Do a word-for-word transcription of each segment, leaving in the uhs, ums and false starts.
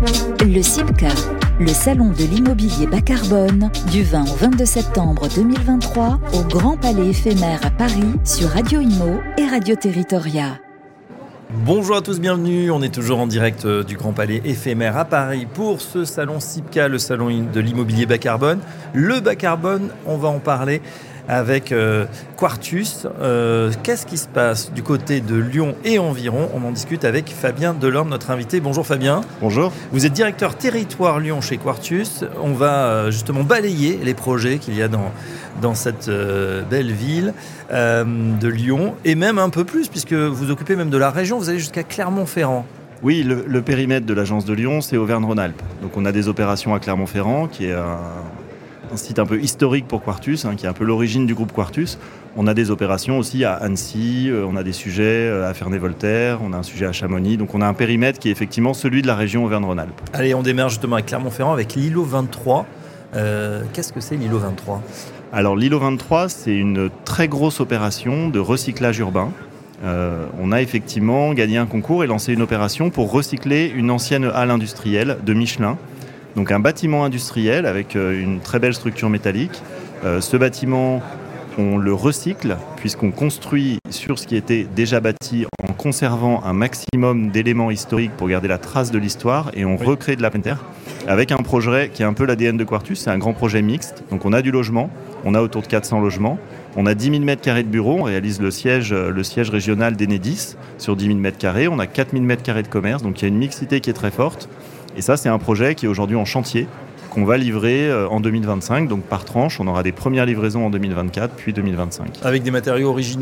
Le CIPCA, le salon de l'immobilier bas carbone, du vingt au vingt-deux septembre deux mille vingt-trois au Grand Palais éphémère à Paris sur Radio Imo et Radio Territoria. Bonjour à tous, bienvenue. On est toujours en direct du Grand Palais éphémère à Paris pour ce salon CIPCA, le salon de l'immobilier bas carbone. Le bas carbone, on va en parler avec euh, Quartus. Euh, qu'est-ce qui se passe du côté de Lyon et environ ? On en discute avec Fabien Delorme, notre invité. Bonjour Fabien. Bonjour. Vous êtes directeur territoire Lyon chez Quartus. On va euh, justement balayer les projets qu'il y a dans, dans cette euh, belle ville euh, de Lyon, et même un peu plus, puisque vous occupez même de la région. Vous allez jusqu'à Clermont-Ferrand. Oui, le, le périmètre de l'agence de Lyon, c'est Auvergne-Rhône-Alpes. Donc on a des opérations à Clermont-Ferrand, qui est un... un site un peu historique pour Quartus, hein, qui est un peu l'origine du groupe Quartus. On a des opérations aussi à Annecy, euh, on a des sujets à Ferney-Voltaire, on a un sujet à Chamonix. Donc on a un périmètre qui est effectivement celui de la région Auvergne-Rhône-Alpes. Allez, on démarre justement à Clermont-Ferrand avec l'îlot vingt-trois. Euh, qu'est-ce que c'est l'îlot vingt-trois ? Alors l'îlot vingt-trois, c'est une très grosse opération de recyclage urbain. Euh, on a effectivement gagné un concours et lancé une opération pour recycler une ancienne halle industrielle de Michelin. Donc un bâtiment industriel avec une très belle structure métallique. Euh, ce bâtiment, on le recycle puisqu'on construit sur ce qui était déjà bâti en conservant un maximum d'éléments historiques pour garder la trace de l'histoire, et on oui. recrée de la pleine terre avec un projet qui est un peu l'A D N de Quartus. C'est un grand projet mixte. Donc on a du logement, on a autour de quatre cents logements, on a dix mille mètres carrés de bureaux, on réalise le siège, le siège régional d'Enedis sur dix mille mètres carrés, on a quatre mille mètres carrés de commerce, donc il y a une mixité qui est très forte. Et ça, c'est un projet qui est aujourd'hui en chantier, qu'on va livrer en deux mille vingt-cinq. Donc par tranche, on aura des premières livraisons en deux mille vingt-quatre, puis deux mille vingt-cinq. Avec des matériaux originaux ?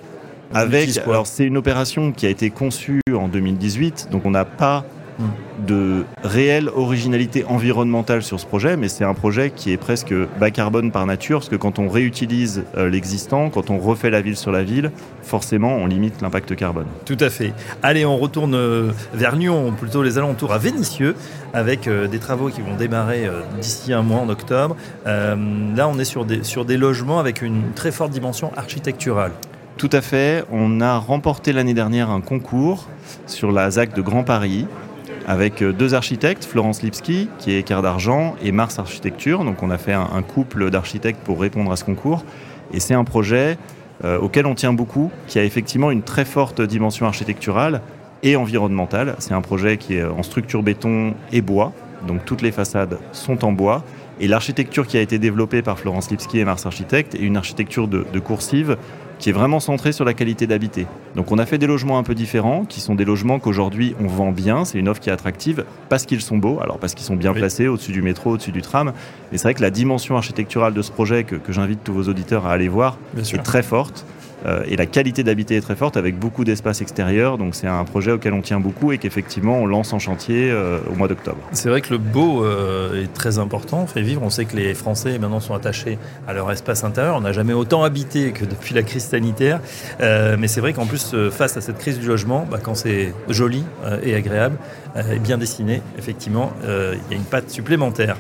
Avec, alors c'est une opération qui a été conçue en deux mille dix-huit, donc on n'a pas hum. de réelle originalité environnementale sur ce projet, mais c'est un projet qui est presque bas carbone par nature, parce que quand on réutilise euh, l'existant, quand on refait la ville sur la ville, forcément on limite l'impact carbone. Tout à fait. Allez, on retourne euh, vers Lyon, plutôt les alentours, à Vénissieux, avec euh, des travaux qui vont démarrer euh, d'ici un mois, en octobre. Euh, là, on est sur des, sur des logements avec une très forte dimension architecturale. Tout à fait. On a remporté l'année dernière un concours sur la Z A C de Grand Paris, avec deux architectes, Florence Lipski, qui est Écart d'Argent, et Mars Architecture. Donc on a fait un, un couple d'architectes pour répondre à ce concours. Et c'est un projet euh, auquel on tient beaucoup, qui a effectivement une très forte dimension architecturale et environnementale. C'est un projet qui est en structure béton et bois, donc toutes les façades sont en bois. Et l'architecture qui a été développée par Florence Lipski et Mars Architecte est une architecture de, de coursive qui est vraiment centrée sur la qualité d'habiter. Donc on a fait des logements un peu différents, qui sont des logements qu'aujourd'hui on vend bien, c'est une offre qui est attractive parce qu'ils sont beaux, alors parce qu'ils sont bien oui. placés au-dessus du métro, au-dessus du tram. Et c'est vrai que la dimension architecturale de ce projet, que, que j'invite tous vos auditeurs à aller voir, bien est sûr. très forte. Euh, et la qualité d'habiter est très forte, avec beaucoup d'espace extérieur. Donc c'est un projet auquel on tient beaucoup et qu'effectivement on lance en chantier euh, au mois d'octobre. C'est vrai que le beau euh, est très important, fait vivre. On sait que les Français maintenant sont attachés à leur espace intérieur. On n'a jamais autant habité que depuis la crise sanitaire. Euh, mais c'est vrai qu'en plus, face à cette crise du logement, bah, quand c'est joli euh, et agréable euh, et bien dessiné, effectivement, euh, il y a une patte supplémentaire.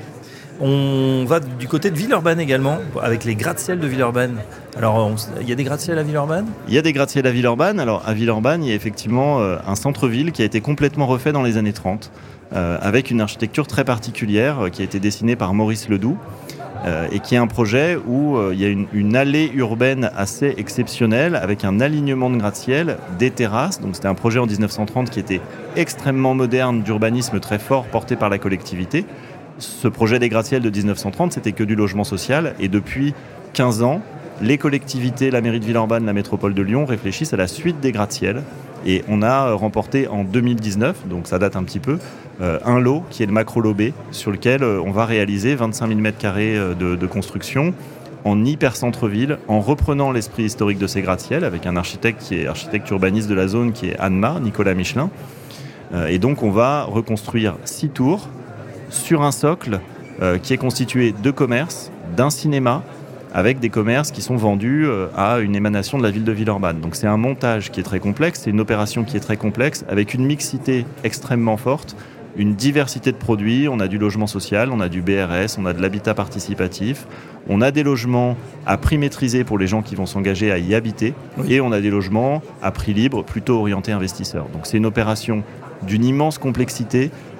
On va du côté de Villeurbanne également, avec les gratte-ciel de Villeurbanne. Alors, il y a des gratte-ciel à Villeurbanne ? Il y a des gratte-ciel à Villeurbanne. Alors, à Villeurbanne, il y a effectivement euh, un centre-ville qui a été complètement refait dans les années trente, euh, avec une architecture très particulière euh, qui a été dessinée par Maurice Ledoux, euh, et qui est un projet où euh, il y a une, une allée urbaine assez exceptionnelle, avec un alignement de gratte-ciel, des terrasses. Donc, c'était un projet en dix-neuf cent trente qui était extrêmement moderne, d'urbanisme très fort, porté par la collectivité. Ce projet des gratte-ciel de dix-neuf cent trente, c'était que du logement social. Et depuis quinze ans, les collectivités, la mairie de Villeurbanne, la métropole de Lyon réfléchissent à la suite des gratte-ciel. Et on a remporté en deux mille dix-neuf, donc ça date un petit peu, euh, un lot qui est le Macro-Lot B, sur lequel euh, on va réaliser vingt-cinq mille mètres carrés de, de construction en hyper centre-ville, en reprenant l'esprit historique de ces gratte-ciel, avec un architecte qui est architecte urbaniste de la zone, qui est Anne-Mar, Nicolas Michelin. Euh, et donc on va reconstruire six tours sur un socle euh, qui est constitué de commerces, d'un cinéma, avec des commerces qui sont vendus euh, à une émanation de la ville de Villeurbanne. Donc c'est un montage qui est très complexe, c'est une opération qui est très complexe, avec une mixité extrêmement forte, une diversité de produits. On a du logement social, on a du B R S, on a de l'habitat participatif, on a des logements à prix maîtrisé pour les gens qui vont s'engager à y habiter, oui. et on a des logements à prix libre, plutôt orientés investisseurs. Donc c'est une opération d'une immense complexité,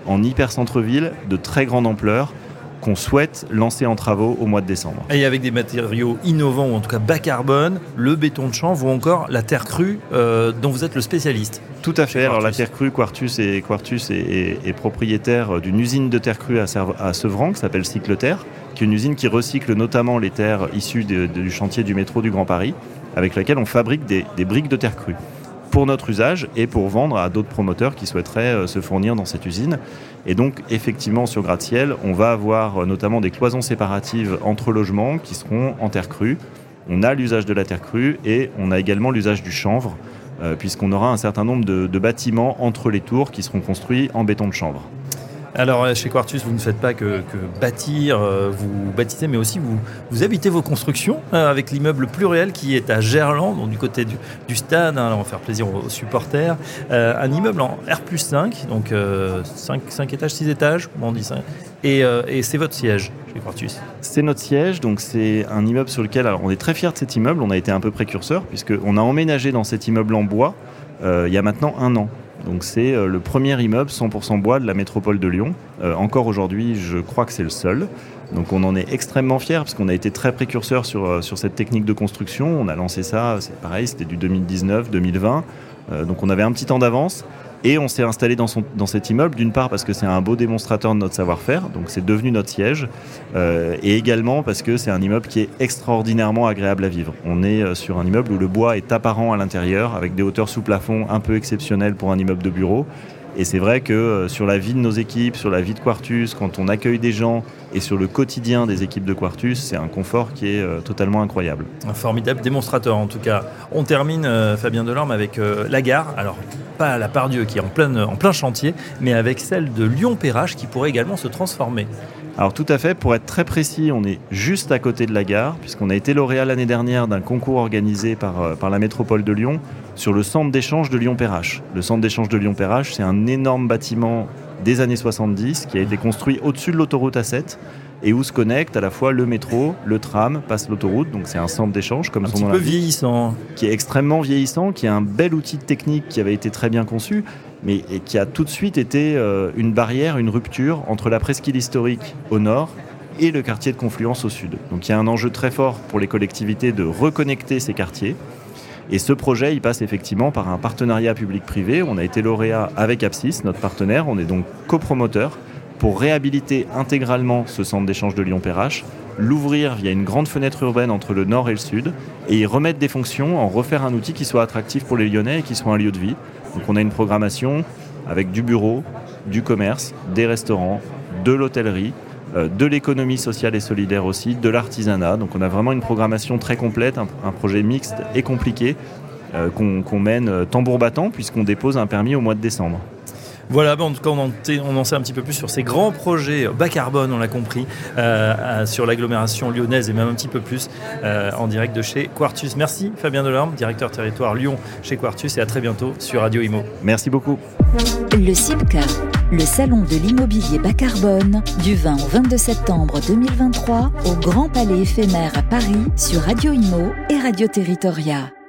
en hyper centre-ville de très grande ampleur qu'on souhaite lancer en travaux au mois de décembre. Et avec des matériaux innovants, ou en tout cas bas carbone, le béton de chanvre ou encore la terre crue euh, dont vous êtes le spécialiste. Tout à fait. Alors la terre crue, Quartus est, Quartus est, est, est propriétaire d'une usine de terre crue à, Serv- à Sevran qui s'appelle Cycleterre, qui est une usine qui recycle notamment les terres issues de, de, du chantier du métro du Grand Paris, avec laquelle on fabrique des, des briques de terre crue pour notre usage et pour vendre à d'autres promoteurs qui souhaiteraient euh, se fournir dans cette usine. Et donc, effectivement, sur gratte-ciel, on va avoir euh, notamment des cloisons séparatives entre logements qui seront en terre crue. On a l'usage de la terre crue et on a également l'usage du chanvre, euh, puisqu'on aura un certain nombre de, de bâtiments entre les tours qui seront construits en béton de chanvre. Alors chez Quartus, vous ne faites pas que, que bâtir, euh, vous bâtissez, mais aussi vous, vous habitez vos constructions euh, avec l'immeuble Pluriel qui est à Gerland, donc du côté du, du stade, hein, on va faire plaisir aux, aux supporters. Euh, un immeuble en R plus cinq, donc euh, cinq, cinq étages, six étages, on dit ça. Et, euh, et c'est votre siège chez Quartus. C'est notre siège, donc c'est un immeuble sur lequel alors, on est très fiers de cet immeuble, on a été un peu précurseur puisqu'on a emménagé dans cet immeuble en bois euh, il y a maintenant un an. Donc c'est euh, le premier immeuble cent pour cent bois de la métropole de Lyon. Euh, encore aujourd'hui, je crois que c'est le seul. Donc on en est extrêmement fiers parce qu'on a été très précurseurs sur, euh, sur cette technique de construction. On a lancé ça, c'est pareil, c'était du deux mille dix-neuf deux mille vingt. Euh, donc on avait un petit temps d'avance. Et on s'est installé dans, son, dans cet immeuble, d'une part parce que c'est un beau démonstrateur de notre savoir-faire, donc c'est devenu notre siège, euh, et également parce que c'est un immeuble qui est extraordinairement agréable à vivre. On est sur un immeuble où le bois est apparent à l'intérieur, avec des hauteurs sous plafond un peu exceptionnelles pour un immeuble de bureau. Et c'est vrai que euh, sur la vie de nos équipes, sur la vie de Quartus, quand on accueille des gens et sur le quotidien des équipes de Quartus, c'est un confort qui est euh, totalement incroyable. Un formidable démonstrateur en tout cas. On termine, euh, Fabien Delorme, avec euh, la gare. Alors, pas la Pardieu qui est en plein, en plein chantier, mais avec celle de Lyon-Perrache qui pourrait également se transformer. Alors tout à fait, pour être très précis, on est juste à côté de la gare, puisqu'on a été lauréat l'année dernière d'un concours organisé par, par la métropole de Lyon sur le centre d'échange de Lyon-Perrache. Le centre d'échange de Lyon-Perrache, c'est un énorme bâtiment des années soixante-dix qui a été construit au-dessus de l'autoroute A sept et où se connectent à la fois le métro, le tram, passe l'autoroute, donc c'est un centre d'échange comme un son nom petit peu vieillissant. Qui est extrêmement vieillissant, qui est un bel outil technique qui avait été très bien conçu, mais et qui a tout de suite été euh, une barrière, une rupture entre la presqu'île historique au nord et le quartier de Confluence au sud. Donc il y a un enjeu très fort pour les collectivités de reconnecter ces quartiers. Et ce projet, il passe effectivement par un partenariat public-privé. On a été lauréat avec Apsis, notre partenaire. On est donc copromoteur pour réhabiliter intégralement ce centre d'échange de Lyon-Perrache, l'ouvrir via une grande fenêtre urbaine entre le nord et le sud, et y remettre des fonctions, en refaire un outil qui soit attractif pour les Lyonnais et qui soit un lieu de vie. Donc on a une programmation avec du bureau, du commerce, des restaurants, de l'hôtellerie, euh, de l'économie sociale et solidaire aussi, de l'artisanat. Donc on a vraiment une programmation très complète, un, un projet mixte et compliqué euh, qu'on, qu'on mène euh, tambour battant puisqu'on dépose un permis au mois de décembre. Voilà, en tout cas, on en, on en sait un petit peu plus sur ces grands projets bas carbone, on l'a compris, euh, sur l'agglomération lyonnaise et même un petit peu plus euh, en direct de chez Quartus. Merci Fabien Delorme, directeur territoire Lyon chez Quartus, et à très bientôt sur Radio Imo. Merci beaucoup. Le CIBCA, le salon de l'immobilier bas carbone, du vingt au vingt-deux septembre deux mille vingt-trois au Grand Palais éphémère à Paris sur Radio Imo et Radio Territoria.